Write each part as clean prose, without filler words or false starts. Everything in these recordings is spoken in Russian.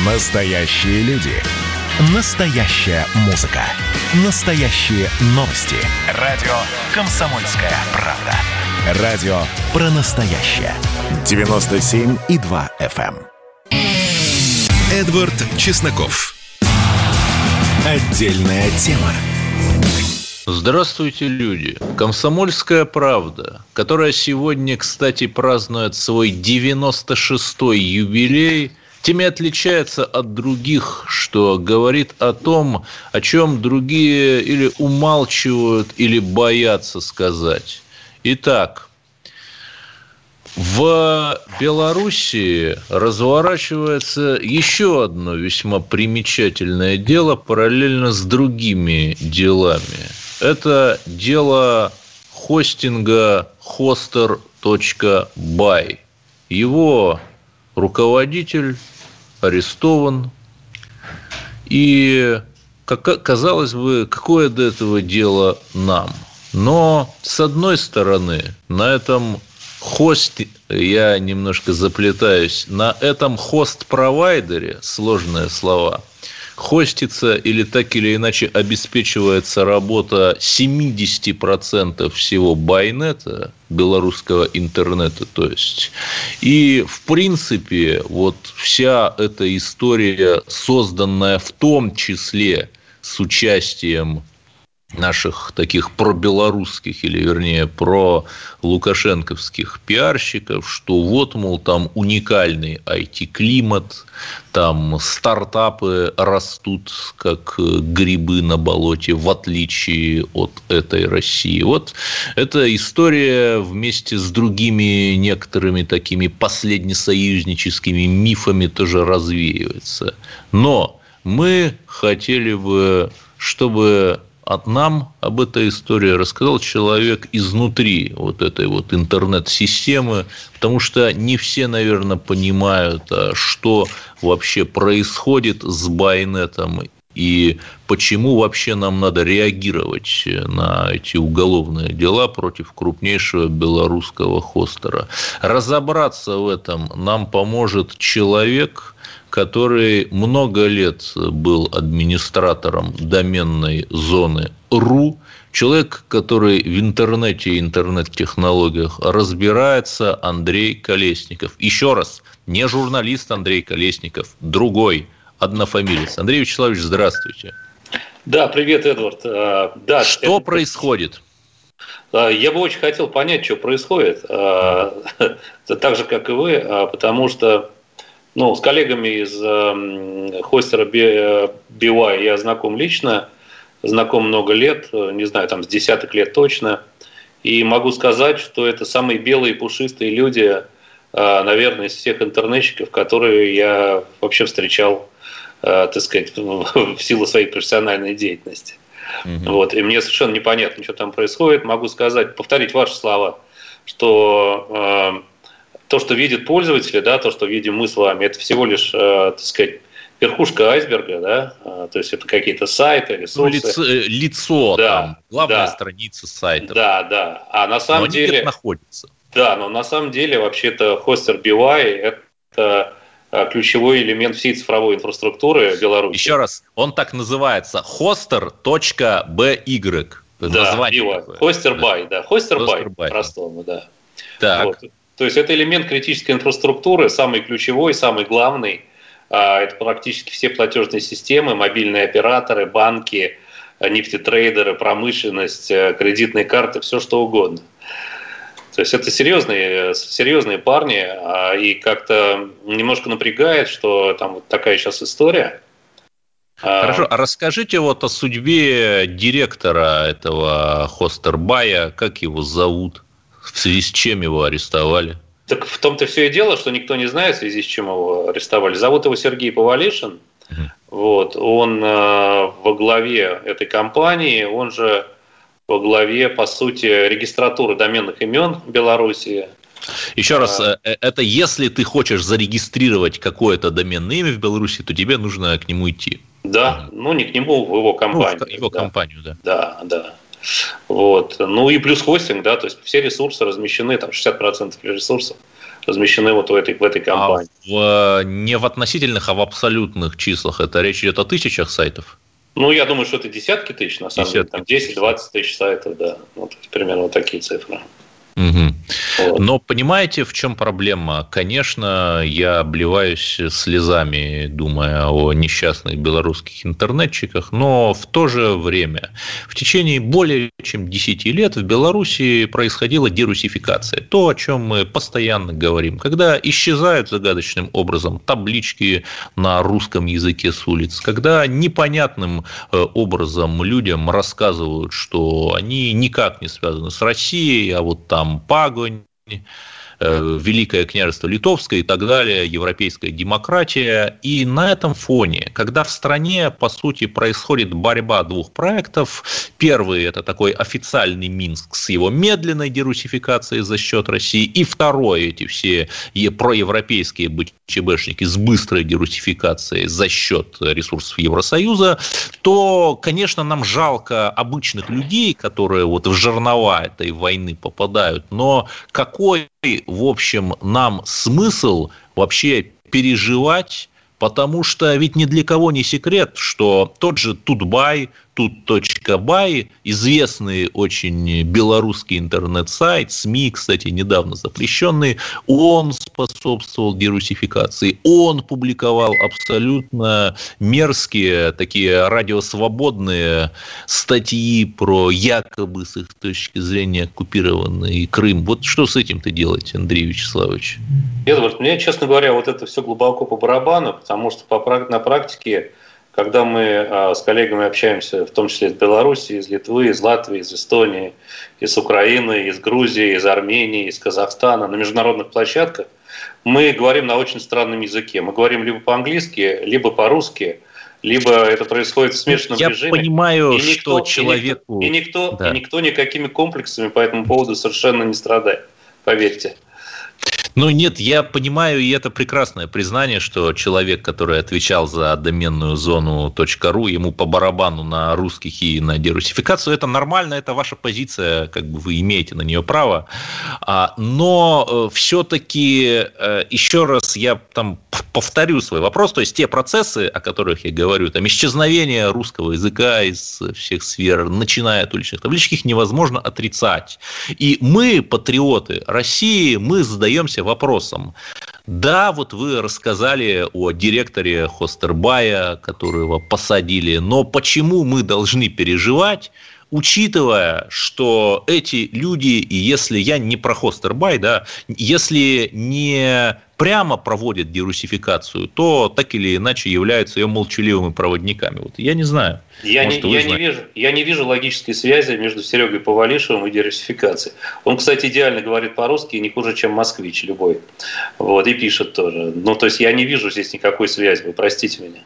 Настоящие люди. Настоящая музыка. Настоящие новости. Радио «Комсомольская правда». Радио про настоящее. 97,2 FM. Эдвард Чесноков. Отдельная тема. Здравствуйте, люди. «Комсомольская правда», которая сегодня, кстати, празднует свой 96-й юбилей, тем и отличается от других, что говорит о том, о чем другие или умалчивают, или боятся сказать. Итак, в Белоруссии разворачивается еще одно весьма примечательное дело параллельно с другими делами. Это дело хостинга hoster.by. Его руководитель арестован. И, казалось бы, какое до этого дело нам? Но, с одной стороны, на этом я немножко заплетаюсь, на этом хост-провайдере, сложные слова, хостится или так или иначе обеспечивается работа 70% всего байнета, белорусского интернета, то есть. И, в принципе, вот вся эта история, созданная в том числе с участием наших таких пробелорусских, или, вернее, пролукашенковских пиарщиков, что вот, мол, там уникальный IT-климат, там стартапы растут, как грибы на болоте, в отличие от этой России. Вот эта история вместе с другими некоторыми такими последнесоюзническими мифами тоже развеивается. Но мы хотели бы, чтобы нам об этой истории рассказал человек изнутри вот этой вот интернет-системы, потому что не все, наверное, понимают, что вообще происходит с байнетом и почему вообще нам надо реагировать на эти уголовные дела против крупнейшего белорусского хостера. Разобраться в этом нам поможет человек, который много лет был администратором доменной зоны .ру, человек, который в интернете и интернет-технологиях разбирается, Андрей Колесников. Еще раз, не журналист Андрей Колесников, другой, однофамилец. Андрей Вячеславович, здравствуйте. Да, привет, Эдвард. Что происходит? Я бы очень хотел понять, что происходит, так же, как и вы, потому что с коллегами из хостера BY я знаком лично, знаком много лет, не знаю, там с десяток лет точно. И могу сказать, что это самые белые пушистые люди, наверное, из всех интернетчиков, которые я вообще встречал, так сказать, в силу своей профессиональной деятельности. Вот. И мне совершенно непонятно, что там происходит. Могу сказать, повторить ваши слова, что то, что видят пользователи, да, то, что видим мы с вами, это всего лишь, так сказать, верхушка айсберга, да, то есть это какие-то сайты, ресурсы. Лицо да, там, главная страница сайта. Да, а на самом деле... Они где-то находятся. Да, но на самом деле вообще-то хостер BY – это ключевой элемент всей цифровой инфраструктуры Беларуси. Еще раз, он так называется, hoster.by. Да, BY. Hoster.by, да, hoster.by, по-простому, да. Так. Вот. То есть это элемент критической инфраструктуры, самый ключевой, самый главный. Это практически все платежные системы, мобильные операторы, банки, нефтетрейдеры, промышленность, кредитные карты, все что угодно. То есть это серьезные парни, и как-то немножко напрягает, что там вот такая сейчас история. Хорошо, а расскажите вот о судьбе директора этого hoster.by, как его зовут? В связи с чем его арестовали? Так в том-то все и дело, что никто не знает, в связи с чем его арестовали. Зовут его Сергей Повалишин. Вот, он во главе этой компании, он же во главе, по сути, регистратуры доменных имен Беларуси. Еще раз, это если ты хочешь зарегистрировать какое-то доменное имя в Беларуси, то тебе нужно к нему идти. Да, не к нему, в его компанию. В его компанию, да. Да. Вот. И плюс хостинг, да, то есть все ресурсы размещены, там 60% ресурсов размещены вот в этой компании. Не в относительных, а в абсолютных числах это речь идет о тысячах сайтов? Ну, я думаю, что это десятки тысяч, на самом деле, там 10-20 тысяч сайтов, да, вот примерно вот такие цифры. Угу. Вот. Но понимаете, в чем проблема? Конечно, я обливаюсь слезами, думая о несчастных белорусских интернетчиках, но в то же время в течение более чем 10 лет в Беларуси происходила дерусификация. То, о чем мы постоянно говорим. Когда исчезают загадочным образом таблички на русском языке с улиц, когда непонятным образом людям рассказывают, что они никак не связаны с Россией, а вот там Пагонь, Великое княжество Литовское и так далее, европейская демократия. И на этом фоне, когда в стране, по сути, происходит борьба двух проектов, первый – это такой официальный Минск с его медленной дерусификацией за счет России, и второй – эти все проевропейские ЧБшники с быстрой дерусификацией за счет ресурсов Евросоюза, то, конечно, нам жалко обычных людей, которые вот в жернова этой войны попадают, но какой, в общем, нам смысл вообще переживать, потому что ведь ни для кого не секрет, что тот же Тутбай, Тут.бай, известный очень белорусский интернет-сайт, СМИ, кстати, недавно запрещенный, он способствовал дерусификации, он публиковал абсолютно мерзкие, такие радиосвободные статьи про якобы, с их точки зрения, оккупированный Крым. Вот что с этим-то делаете, Андрей Вячеславович? Эдвард, мне, честно говоря, вот это все глубоко по барабану, потому что на практике, когда мы с коллегами общаемся, в том числе из Беларуси, из Литвы, из Латвии, из Эстонии, из Украины, из Грузии, из Армении, из Казахстана, на международных площадках, мы говорим на очень странном языке. Мы говорим либо по-английски, либо по-русски, либо это происходит в смешанном режиме. Я понимаю, что человеку... И никто никакими комплексами по этому поводу совершенно не страдает, поверьте. Ну нет, я понимаю, и это прекрасное признание, что человек, который отвечал за доменную зону .ру, ему по барабану на русских и на дерусификацию, это нормально, это ваша позиция, как бы вы имеете на нее право. Но все-таки, еще раз я там повторю свой вопрос, то есть те процессы, о которых я говорю, там исчезновение русского языка из всех сфер, начиная от уличных табличек, их невозможно отрицать. И мы, патриоты России, мы задаемся вопросом. Да, вот вы рассказали о директоре Хостербая, которого посадили, но почему мы должны переживать, учитывая, что эти люди, и если я не про Хостербай, да, если не прямо проводят дерусификацию, то так или иначе являются ее молчаливыми проводниками. Вот я не знаю. Я не вижу логической связи между Серегой Повалишевым и дерусификацией. Он, кстати, идеально говорит по-русски, не хуже, чем москвич любой. Вот, и пишет тоже. Ну, то есть я не вижу здесь никакой связи, вы простите меня.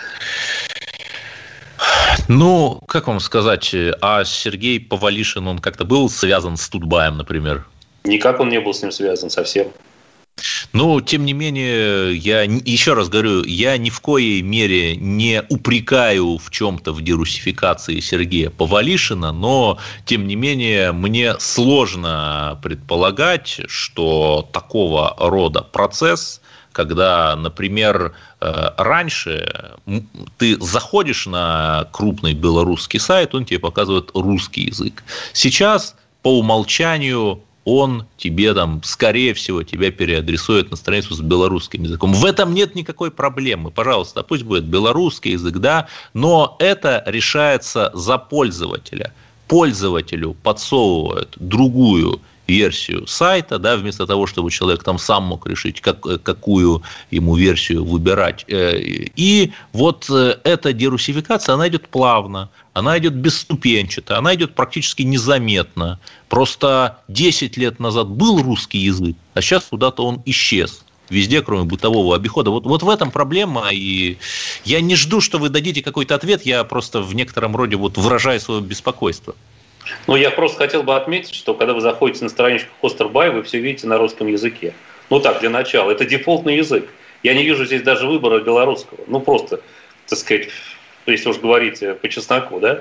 Ну, как вам сказать, а Сергей Повалишин, он как-то был связан с Тутбаем, например? Никак он не был с ним связан совсем. Но, тем не менее, я еще раз говорю, я ни в коей мере не упрекаю в чем-то в дерусификации Сергея Повалишина, но, тем не менее, мне сложно предполагать, что такого рода процесс, когда, например, раньше ты заходишь на крупный белорусский сайт, он тебе показывает русский язык. Сейчас по умолчанию он тебе там, скорее всего, тебя переадресует на страницу с белорусским языком. В этом нет никакой проблемы. Пожалуйста, пусть будет белорусский язык, да, но это решается за пользователя. Пользователю подсовывают другую версию сайта, да, вместо того, чтобы человек там сам мог решить, какую ему версию выбирать. И вот эта дерусификация, она идет плавно, она идет бесступенчато, она идет практически незаметно. Просто 10 лет назад был русский язык, а сейчас куда-то он исчез. Везде, кроме бытового обихода. Вот в этом проблема, и я не жду, что вы дадите какой-то ответ, я просто в некотором роде вот выражаю свое беспокойство. Ну, я просто хотел бы отметить, что когда вы заходите на страничку Хостербай, вы все видите на русском языке. Ну так, для начала. Это дефолтный язык. Я не вижу здесь даже выбора белорусского. Ну, просто, так сказать, если уж говорить по чесноку, да?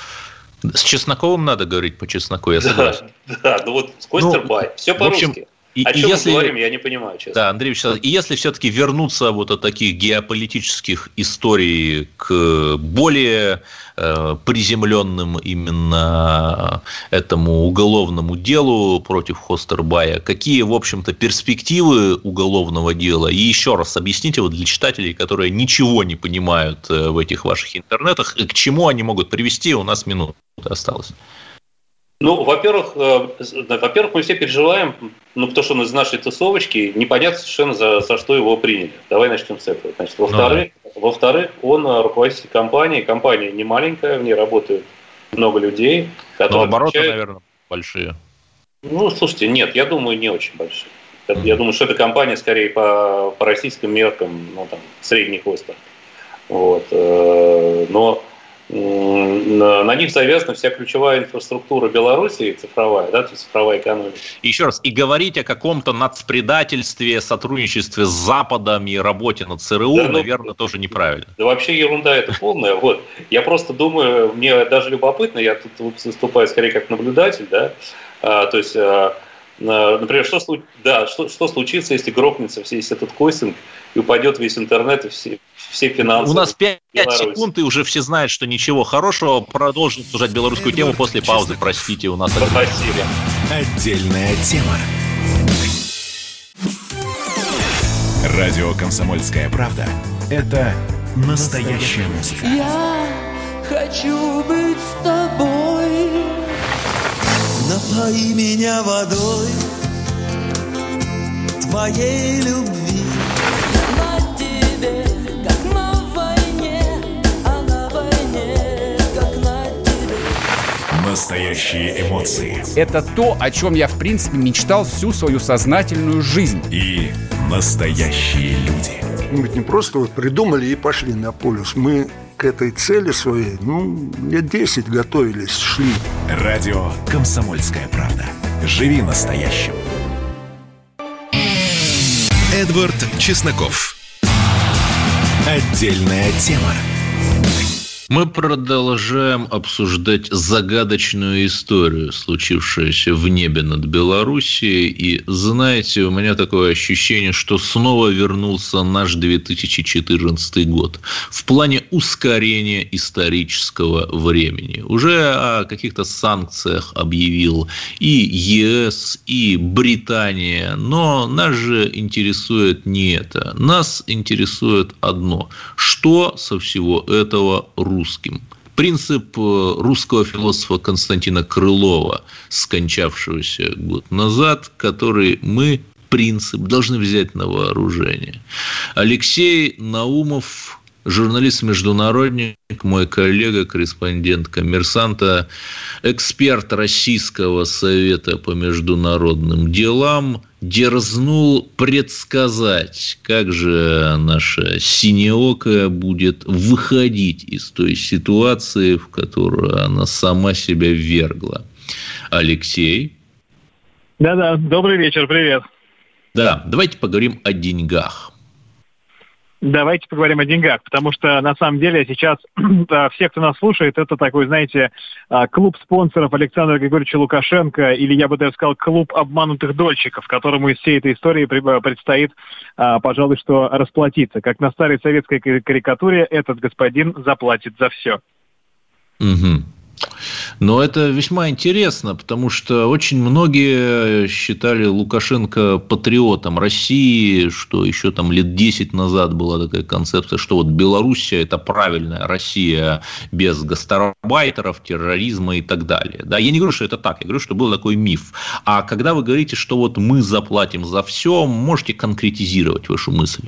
С Чесноковым надо говорить по чесноку, я согласен. Да, ну вот Хостербай, все по-русски. О чем мы говорим, я не понимаю, честно. Да, Андрей Вячеславович, и если все-таки вернуться вот от таких геополитических историй к более приземленным именно этому уголовному делу против Хостербая, какие, в общем-то, перспективы уголовного дела? И еще раз объясните вот для читателей, которые ничего не понимают в этих ваших интернетах, к чему они могут привести, у нас минута осталась. Ну, во-первых, мы все переживаем, потому что он из нашей тусовочки, непонятно совершенно, за что его приняли. Давай начнем с этого. Значит, во-вторых, он руководитель компании. Компания не маленькая, в ней работает много людей. Но обороты, наверное, большие. Ну, слушайте, нет, я думаю, не очень большие. Я думаю, что эта компания скорее по российским меркам, средних остов. Вот. Но на них завязана вся ключевая инфраструктура Беларуси, цифровая, да, то есть цифровая экономика. Еще раз, и говорить о каком-то нацпредательстве, сотрудничестве с Западом и работе над ЦРУ, да, наверное, тоже неправильно. Да вообще ерунда это полная. Вот. Я просто думаю, мне даже любопытно, я тут выступаю скорее как наблюдатель, да, то есть, например, что случится, если грохнется весь этот хостинг и упадет весь интернет и все финансы. У нас 5 секунд, и уже все знают, что ничего хорошего. Продолжим обсуждать белорусскую тему после паузы. Простите, у нас... Спасибо. Отдельная тема. Радио «Комсомольская правда» — это настоящая музыка. Я хочу быть с тобой. Напои меня водой твоей любви. На тебе, как на войне, а на войне, как на тебе. Настоящие эмоции. Это то, о чем я, в принципе, мечтал всю свою сознательную жизнь. И настоящие люди. Мы ведь не просто придумали и пошли на полюс. Мы к этой цели своей, лет 10 готовились, шли. Радио «Комсомольская правда». Живи настоящим. Эдвард Чесноков. Отдельная тема. Мы продолжаем обсуждать загадочную историю, случившуюся в небе над Белоруссией. И, знаете, у меня такое ощущение, что снова вернулся наш 2014 год в плане ускорения исторического времени. Уже о каких-то санкциях объявил и ЕС, и Британия. Но нас же интересует не это. Нас интересует одно. Что со всего этого русским? Принцип русского философа Константина Крылова, скончавшегося год назад, который мы, принцип, должны взять на вооружение. Алексей Наумов, журналист-международник, мой коллега, корреспондент «Коммерсанта», эксперт Российского совета по международным делам, дерзнул предсказать, как же наша синеокая будет выходить из той ситуации, в которую она сама себя ввергла. Алексей? Да-да, добрый вечер, привет. Да, давайте поговорим о деньгах. Давайте поговорим о деньгах, потому что, на самом деле, сейчас все, кто нас слушает, это такой, знаете, клуб спонсоров Александра Григорьевича Лукашенко, или, я бы даже сказал, клуб обманутых дольщиков, которому из всей этой истории предстоит, пожалуй, что расплатиться. Как на старой советской карикатуре, этот господин заплатит за все. Угу. Но это весьма интересно, потому что очень многие считали Лукашенко патриотом России, что еще там лет 10 назад была такая концепция, что вот Белоруссия – это правильная Россия без гастарбайтеров, терроризма и так далее. Да, я не говорю, что это так, я говорю, что был такой миф. А когда вы говорите, что вот мы заплатим за все, можете конкретизировать вашу мысль?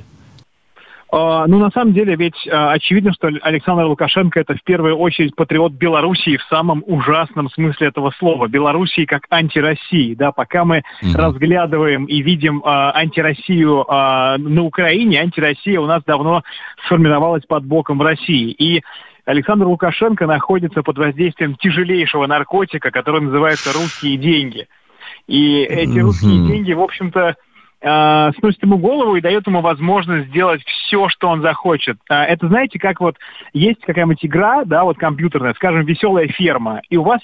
На самом деле, ведь очевидно, что Александр Лукашенко – это в первую очередь патриот Белоруссии в самом ужасном смысле этого слова. Белоруссии как антироссии. Да? Пока мы разглядываем и видим антироссию на Украине, антироссия у нас давно сформировалась под боком в России. И Александр Лукашенко находится под воздействием тяжелейшего наркотика, который называется «русские деньги». И эти русские деньги, в общем-то, сносит ему голову и дает ему возможность сделать все, что он захочет. Это, знаете, как вот есть какая-нибудь игра, да, вот компьютерная, скажем, «Веселая ферма», и у вас есть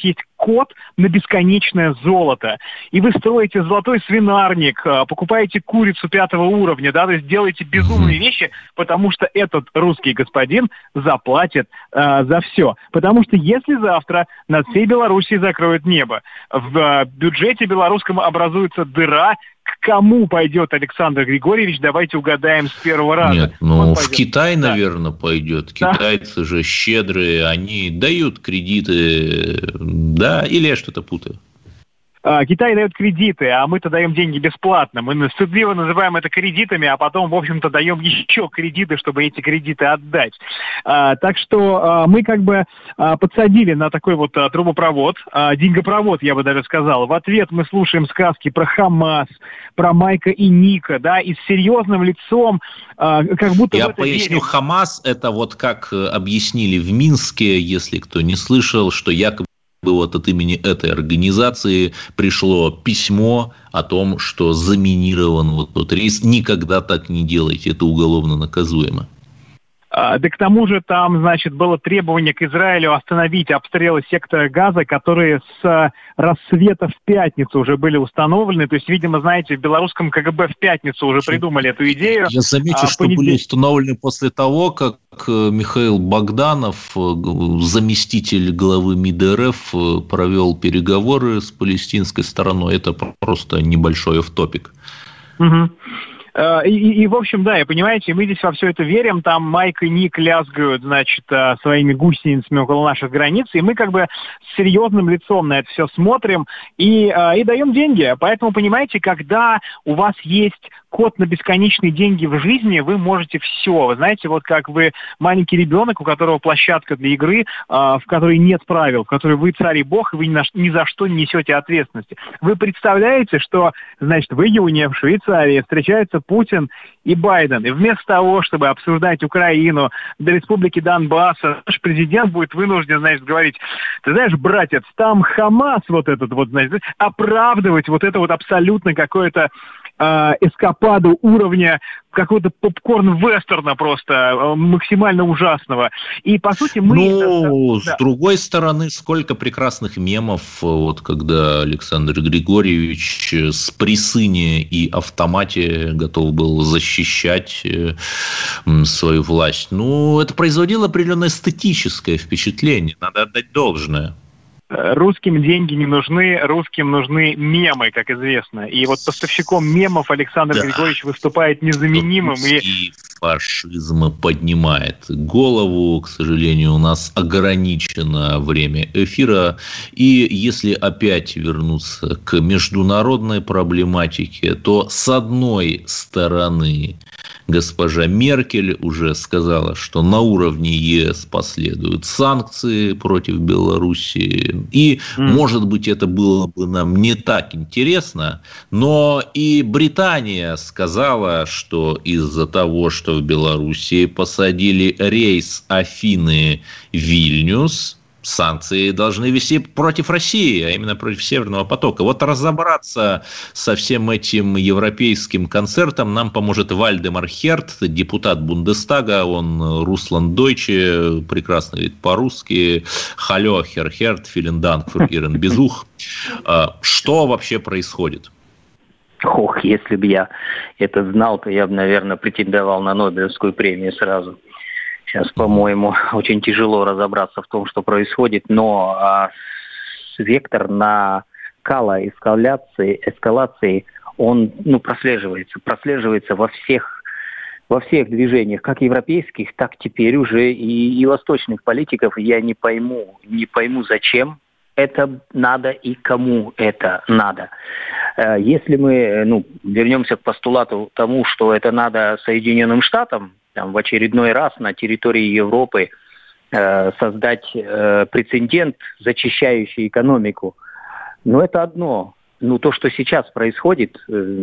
код на бесконечное золото. И вы строите золотой свинарник, покупаете курицу 5-го уровня, да, то есть делаете безумные вещи, потому что этот русский господин заплатит за все. Потому что если завтра над всей Белоруссией закроют небо, в бюджете белорусском образуется дыра, к кому пойдет Александр Григорьевич, давайте угадаем с первого раза. Нет, ну в Китай, наверное, пойдет. Китайцы же щедрые, они дают кредиты, да, или я что-то путаю? Китай дает кредиты, а мы-то даем деньги бесплатно. Мы стыдливо называем это кредитами, а потом, в общем-то, даем еще кредиты, чтобы эти кредиты отдать. Так что мы как бы подсадили на такой вот трубопровод, деньгопровод, я бы даже сказал. В ответ мы слушаем сказки про Хамас, про Майка и Ника, да, и с серьезным лицом, как будто я в это поясню, верим. Хамас – это вот как объяснили в Минске, если кто не слышал, что якобы вот от имени этой организации пришло письмо о том, что заминирован вот тот рейс. Никогда так не делайте, это уголовно наказуемо. Да к тому же там, значит, было требование к Израилю остановить обстрелы сектора Газа, которые с рассвета в пятницу уже были установлены. То есть, видимо, знаете, в белорусском КГБ в пятницу уже придумали эту идею. Я замечу, что были установлены после того, как Михаил Богданов, заместитель главы МИД РФ, провел переговоры с палестинской стороной. Это просто небольшой офф-топик. Угу. И, в общем, да, и понимаете, мы здесь во все это верим, там Майк и Ник лязгают, значит, своими гусеницами около наших границ, и мы как бы с серьезным лицом на это все смотрим и даем деньги. Поэтому, понимаете, когда у вас есть код на бесконечные деньги в жизни, вы можете все. Вы знаете, вот как вы маленький ребенок, у которого площадка для игры, в которой нет правил, в которой вы царь и бог, и вы ни за что не несете ответственности. Вы представляете, что, значит, в июне в Швейцарии встречаются Путин и Байден, и вместо того, чтобы обсуждать Украину, до республики Донбасса, наш президент будет вынужден, значит, говорить: ты знаешь, братец, там Хамас вот этот вот, значит, оправдывать вот это вот абсолютно какое-то эскападу уровня какого-то попкорн-вестерна просто максимально ужасного. И, по сути, мы... с другой стороны, сколько прекрасных мемов, вот когда Александр Григорьевич с присыне и автомате готов был защищать свою власть. Ну, это производило определенное эстетическое впечатление, надо отдать должное. Русским деньги не нужны, русским нужны мемы, как известно. И вот поставщиком мемов Александр Григорьевич выступает незаменимым. И фашизм поднимает голову. К сожалению, у нас ограничено время эфира. И если опять вернуться к международной проблематике, то с одной стороны госпожа Меркель уже сказала, что на уровне ЕС последуют санкции против Белоруссии. И, может быть, это было бы нам не так интересно, но и Британия сказала, что из-за того, что в Белоруссии посадили рейс Афины-Вильнюс, санкции должны вести против России, а именно против Северного потока. Вот разобраться со всем этим европейским концертом нам поможет Вальдемар Херт, депутат Бундестага, он Руслан Дойче, прекрасно говорит по-русски. Халло, Херр Херт, филин данк фур Ирен Безух. Что вообще происходит? Ох, если бы я это знал, то я бы, наверное, претендовал на Нобелевскую премию сразу. Сейчас, по-моему, очень тяжело разобраться в том, что происходит, но вектор накала, эскалации, он прослеживается во всех движениях, как европейских, так теперь уже и восточных политиков. Я не пойму, зачем это надо и кому это надо. Если мы вернемся к постулату тому, что это надо Соединенным Штатам, в очередной раз на территории Европы создать прецедент, зачищающий экономику. Но это одно. То, что сейчас происходит,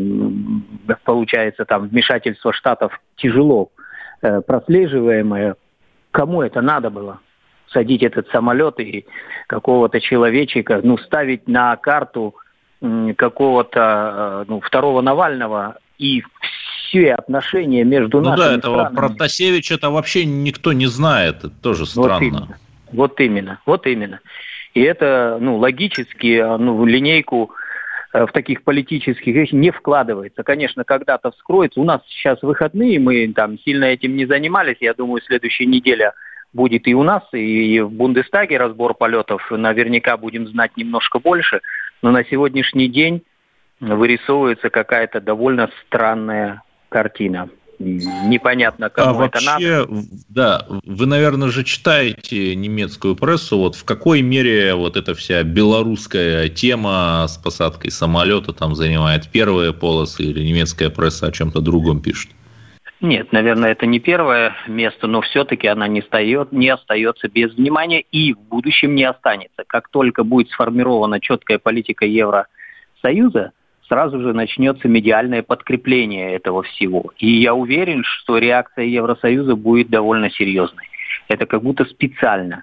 получается, там вмешательство Штатов тяжело прослеживаемое. Кому это надо было? Садить этот самолет и какого-то человечка, ставить на карту какого-то второго Навального и все отношения между нашими этого странами. Протасевича-то вообще никто не знает, это тоже странно. Вот именно. И это, логически, в линейку в таких политических вещах не вкладывается. Конечно, когда-то вскроется. У нас сейчас выходные, мы там сильно этим не занимались. Я думаю, следующая неделя будет и у нас, и в Бундестаге разбор полетов. Наверняка будем знать немножко больше. Но на сегодняшний день вырисовывается какая-то довольно странная картина. Непонятно, кому это надо. Да, вы, наверное, же читаете немецкую прессу. Вот в какой мере вот эта вся белорусская тема с посадкой самолета там занимает первые полосы, или немецкая пресса о чем-то другом пишет? Нет, наверное, это не первое место, но все-таки она не остается без внимания и в будущем не останется. Как только будет сформирована четкая политика Евросоюза, сразу же начнется медиальное подкрепление этого всего. И я уверен, что реакция Евросоюза будет довольно серьезной. Это как будто специально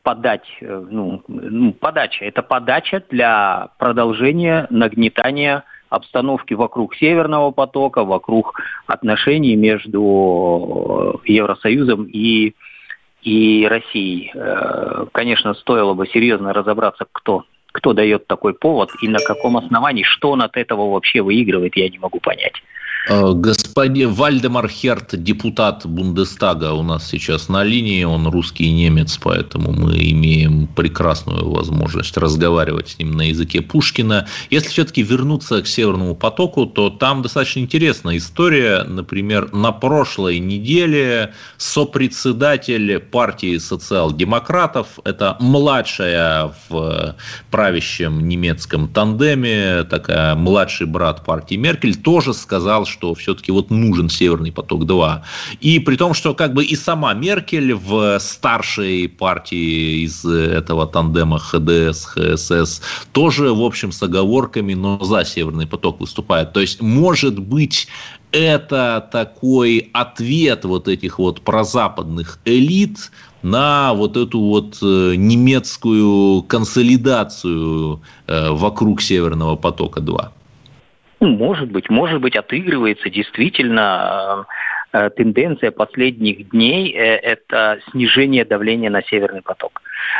подача. Это подача для продолжения нагнетания обстановки вокруг Северного потока, вокруг отношений между Евросоюзом и Россией. Конечно, стоило бы серьезно разобраться, кто дает такой повод и на каком основании, что он от этого вообще выигрывает, я не могу понять. Господин Вальдемар Херт, депутат Бундестага, у нас сейчас на линии, он русский немец, поэтому мы имеем прекрасную возможность разговаривать с ним на языке Пушкина. Если все-таки вернуться к Северному потоку, то там достаточно интересная история. Например, на прошлой неделе сопредседатель партии социал-демократов, это младшая в правящем немецком тандеме, такая младший брат партии Меркель, тоже сказал, что все-таки вот нужен Северный поток-2. И при том, что как бы и сама Меркель в старшей партии из этого тандема ХДС, ХСС тоже, в общем, с оговорками, но за Северный поток выступает. То есть, может быть, это такой ответ вот этих вот прозападных элит на вот эту вот немецкую консолидацию вокруг Северного потока-2. Может быть, отыгрывается действительно тенденция последних дней – это снижение давления на Северный поток.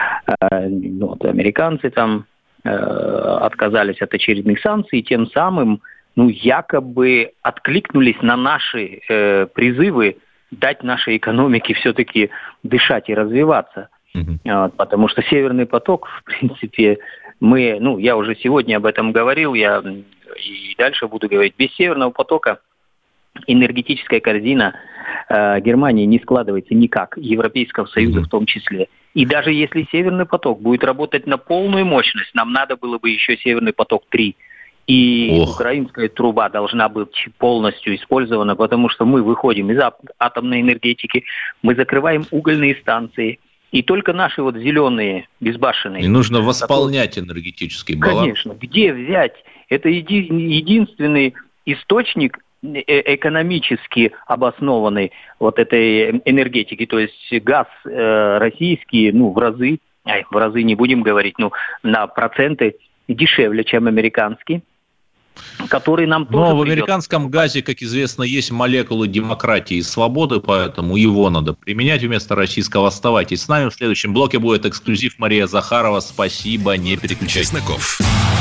Американцы там отказались от очередных санкций, и тем самым якобы откликнулись на наши призывы дать нашей экономике все-таки дышать и развиваться. Потому что Северный поток, в принципе, я уже сегодня об этом говорил, я и дальше буду говорить, без Северного потока энергетическая корзина Германии не складывается никак, Европейского Союза в том числе. И даже если Северный поток будет работать на полную мощность, нам надо было бы еще Северный поток-3. И украинская труба должна быть полностью использована, потому что мы выходим из атомной энергетики, мы закрываем угольные станции. И только наши вот зеленые, безбашенные... И нужно восполнять энергетический баланс. Конечно. Где взять? Это единственный источник экономически обоснованный вот этой энергетики. То есть газ российский, в разы не будем говорить, на проценты дешевле, чем американский. Который нам тоже Но в американском газе, как известно, есть молекулы демократии и свободы, поэтому его надо применять вместо российского. Оставайтесь с нами. В следующем блоке будет эксклюзив. Мария Захарова. Спасибо, не переключайтесь. Чесноков.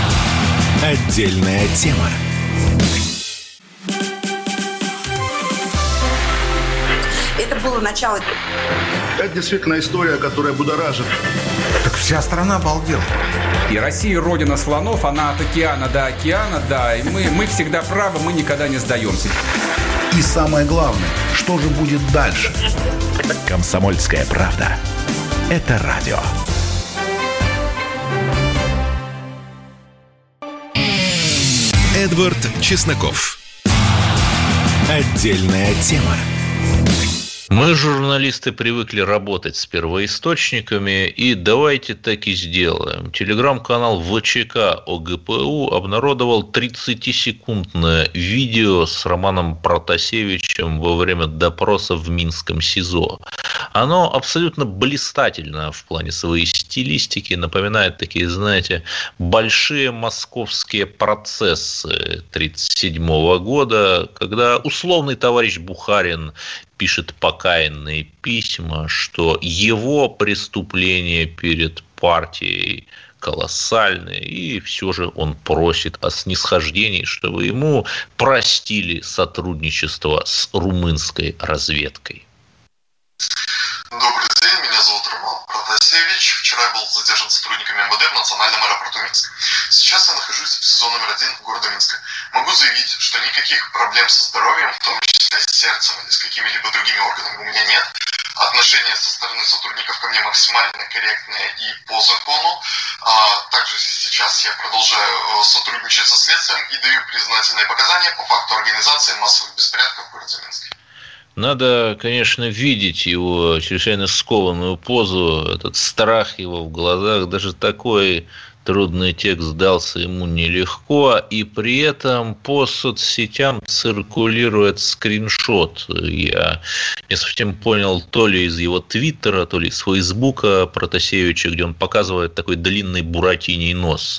Отдельная тема. Это было начало. Это действительно история, которая будоражит. Так вся страна обалдела. И Россия родина слонов, она от океана до океана, да. И мы всегда правы, мы никогда не сдаемся. И самое главное, что же будет дальше? Комсомольская правда. Это радио. Эдвард Чесноков. Отдельная тема. Мы, журналисты, привыкли работать с первоисточниками, и давайте так и сделаем. Телеграм-канал ВЧК ОГПУ обнародовал 30-секундное видео с Романом Протасевичем во время допроса в Минском СИЗО. Оно абсолютно блистательно в плане своей стилистики, напоминает такие, знаете, большие московские процессы 1937 года, когда условный товарищ Бухарин пишет покаянные письма, что его преступление перед партией колоссальные, и все же он просит о снисхождении, чтобы ему простили сотрудничество с румынской разведкой. Добрый день, меня зовут Роман Протасевич. Вчера я был задержан сотрудниками МВД в национальном аэропорту Минска. Сейчас я нахожусь в СИЗО номер 1 города Минска. Могу заявить, что никаких проблем со здоровьем, в том числе с сердцем или с какими-либо другими органами, у меня нет. Отношения со стороны сотрудников ко мне максимально корректные и по закону. Также сейчас я продолжаю сотрудничать со следствием и даю признательные показания по факту организации массовых беспорядков в городе Минске. Надо, конечно, видеть его чрезвычайно скованную позу, этот страх его в глазах, даже такой трудный текст дался ему нелегко, и при этом по соцсетям циркулирует скриншот. Я не совсем понял, то ли из его твиттера, то ли из фейсбука Протасевича, где он показывает такой длинный буратиний нос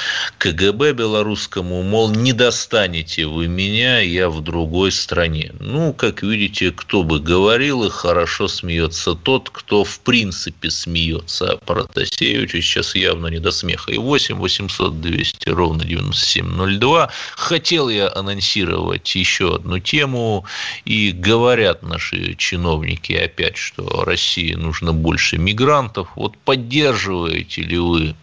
КГБ белорусскому, мол, не достанете вы меня, я в другой стране. Ну, как видите, кто бы говорил, и хорошо смеется тот, кто в принципе смеется. Протасевичу сейчас явно не до смеха. И 8 800 200 ровно 9702. Хотел я анонсировать еще одну тему, и говорят наши чиновники опять, что России нужно больше мигрантов. Вот поддерживаете ли вы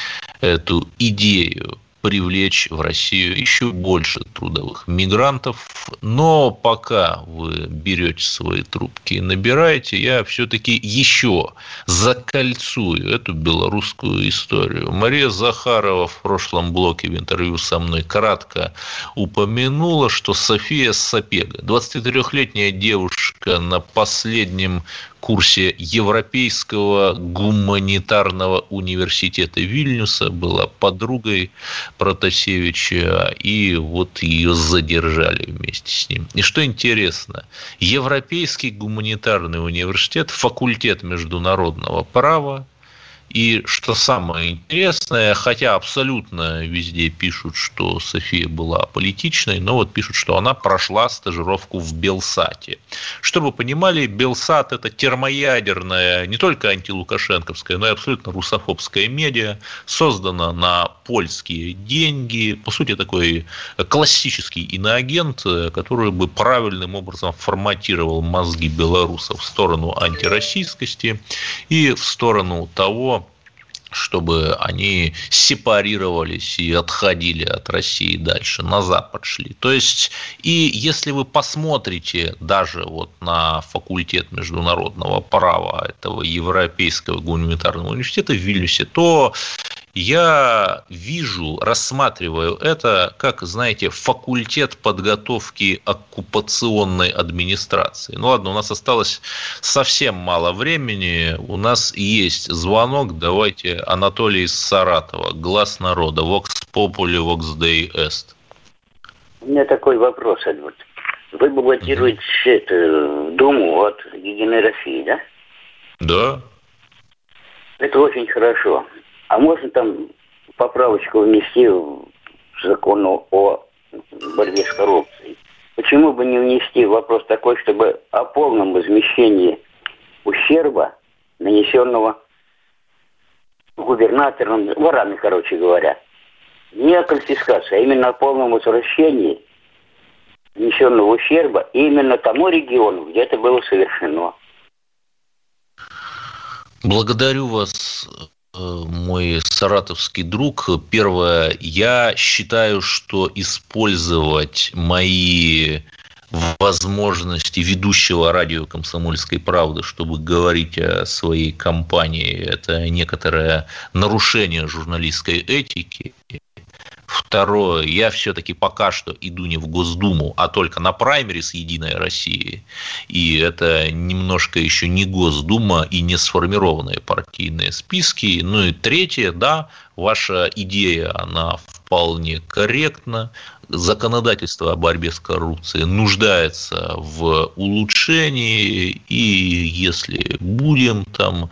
эту идею привлечь в Россию еще больше трудовых мигрантов? Но пока вы берете свои трубки и набираете, я все-таки еще закольцую эту белорусскую историю. Мария Захарова в прошлом блоке в интервью со мной кратко упомянула, что София Сапега, 23-летняя девушка на последнем курсе Европейского гуманитарного университета Вильнюса, была подругой Протасевича, и вот ее задержали вместе с ним. И что интересно, Европейский гуманитарный университет, факультет международного права, и что самое интересное, хотя абсолютно везде пишут, что София была аполитичной, но вот пишут, что она прошла стажировку в Белсате. Чтобы вы понимали, Белсат – это термоядерная, не только антилукашенковская, но и абсолютно русофобская медиа, создана на польские деньги. По сути, такой классический иноагент, который бы правильным образом форматировал мозги белорусов в сторону антироссийскости и в сторону того, чтобы они сепарировались и отходили от России дальше, на Запад шли. То есть, и если вы посмотрите даже вот на факультет международного права этого Европейского гуманитарного университета в Вильнюсе, то я вижу, рассматриваю это как, знаете, факультет подготовки оккупационной администрации. Ну ладно, у нас осталось совсем мало времени, у нас есть звонок, давайте, Анатолий из Саратова, Глас народа, Vox Populi, Vox Dei Est. У меня такой вопрос, Эдвард. Вы баллотируете в Думу от Единой России, да? Да. Это очень хорошо. А можно там поправочку внести в закон о борьбе с коррупцией? Почему бы не внести вопрос такой, чтобы о полном возмещении ущерба, нанесенного губернатором, ворами, короче говоря, не о конфискации, а именно о полном возвращении нанесенного ущерба именно тому региону, где это было совершено? Благодарю вас, мой саратовский друг. Первое, я считаю, что использовать мои возможности ведущего радио «Комсомольской правды», чтобы говорить о своей компании, это некоторое нарушение журналистской этики. Второе, я все-таки пока что иду не в Госдуму, а только на праймерис «Единой России». И это немножко еще не Госдума и не сформированные партийные списки. Ну и третье, да, ваша идея, она вполне корректна. Законодательство о борьбе с коррупцией нуждается в улучшении, и если будем там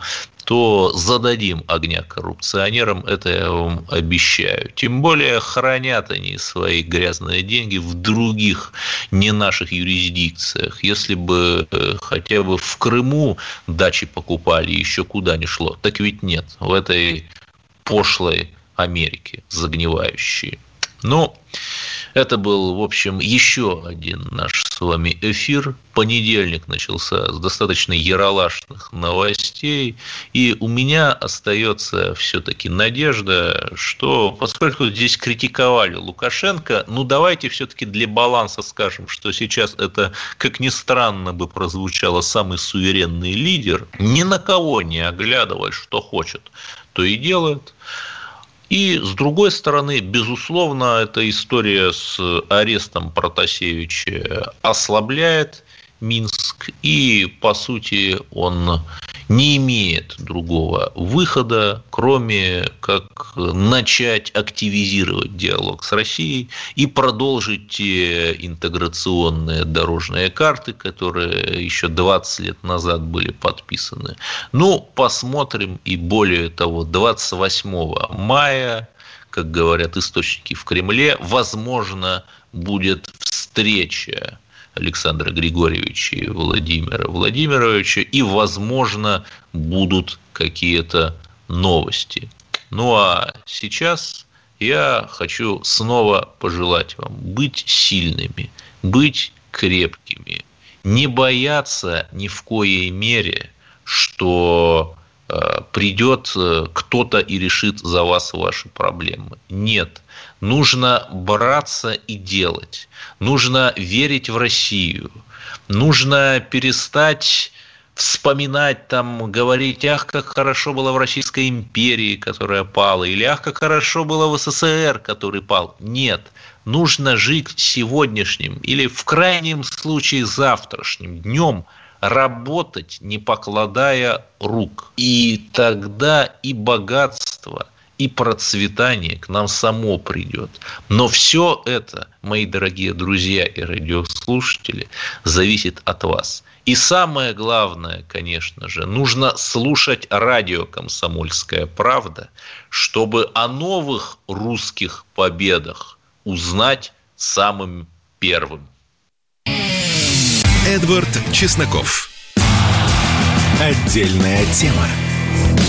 то зададим огня коррупционерам, это я вам обещаю. Тем более хранят они свои грязные деньги в других, не наших юрисдикциях. Если бы хотя бы в Крыму дачи покупали, еще куда ни шло, так ведь нет, в этой пошлой Америке загнивающей. Но это был, в общем, еще один наш с вами эфир. Понедельник начался с достаточно яролашных новостей. И у меня остается все-таки надежда, что, поскольку здесь критиковали Лукашенко, ну давайте все-таки для баланса скажем, что сейчас это, как ни странно бы прозвучало, самый суверенный лидер, ни на кого не оглядываясь, что хочет, то и делает. И, с другой стороны, безусловно, эта история с арестом Протасевича ослабляет Минск, и, по сути, он не имеет другого выхода, кроме как начать активизировать диалог с Россией и продолжить те интеграционные дорожные карты, которые еще 20 лет назад были подписаны. Ну, посмотрим, и более того, 28 мая, как говорят источники в Кремле, возможно, будет встреча Александра Григорьевича и Владимира Владимировича, и, возможно, будут какие-то новости. Ну, а сейчас я хочу снова пожелать вам быть сильными, быть крепкими, не бояться ни в коей мере, что придет кто-то и решит за вас ваши проблемы. Нет. Нужно браться и делать. Нужно верить в Россию. Нужно перестать вспоминать, там, говорить, ах, как хорошо было в Российской империи, которая пала, или ах, как хорошо было в СССР, который пал. Нет. Нужно жить сегодняшним или, в крайнем случае, завтрашним днем, работать, не покладая рук. И тогда и богатство, и процветание к нам само придет. Но все это, мои дорогие друзья и радиослушатели, зависит от вас. И самое главное, конечно же, нужно слушать радио «Комсомольская правда», чтобы о новых русских победах узнать самым первым. Эдвард Чесноков. Отдельная тема.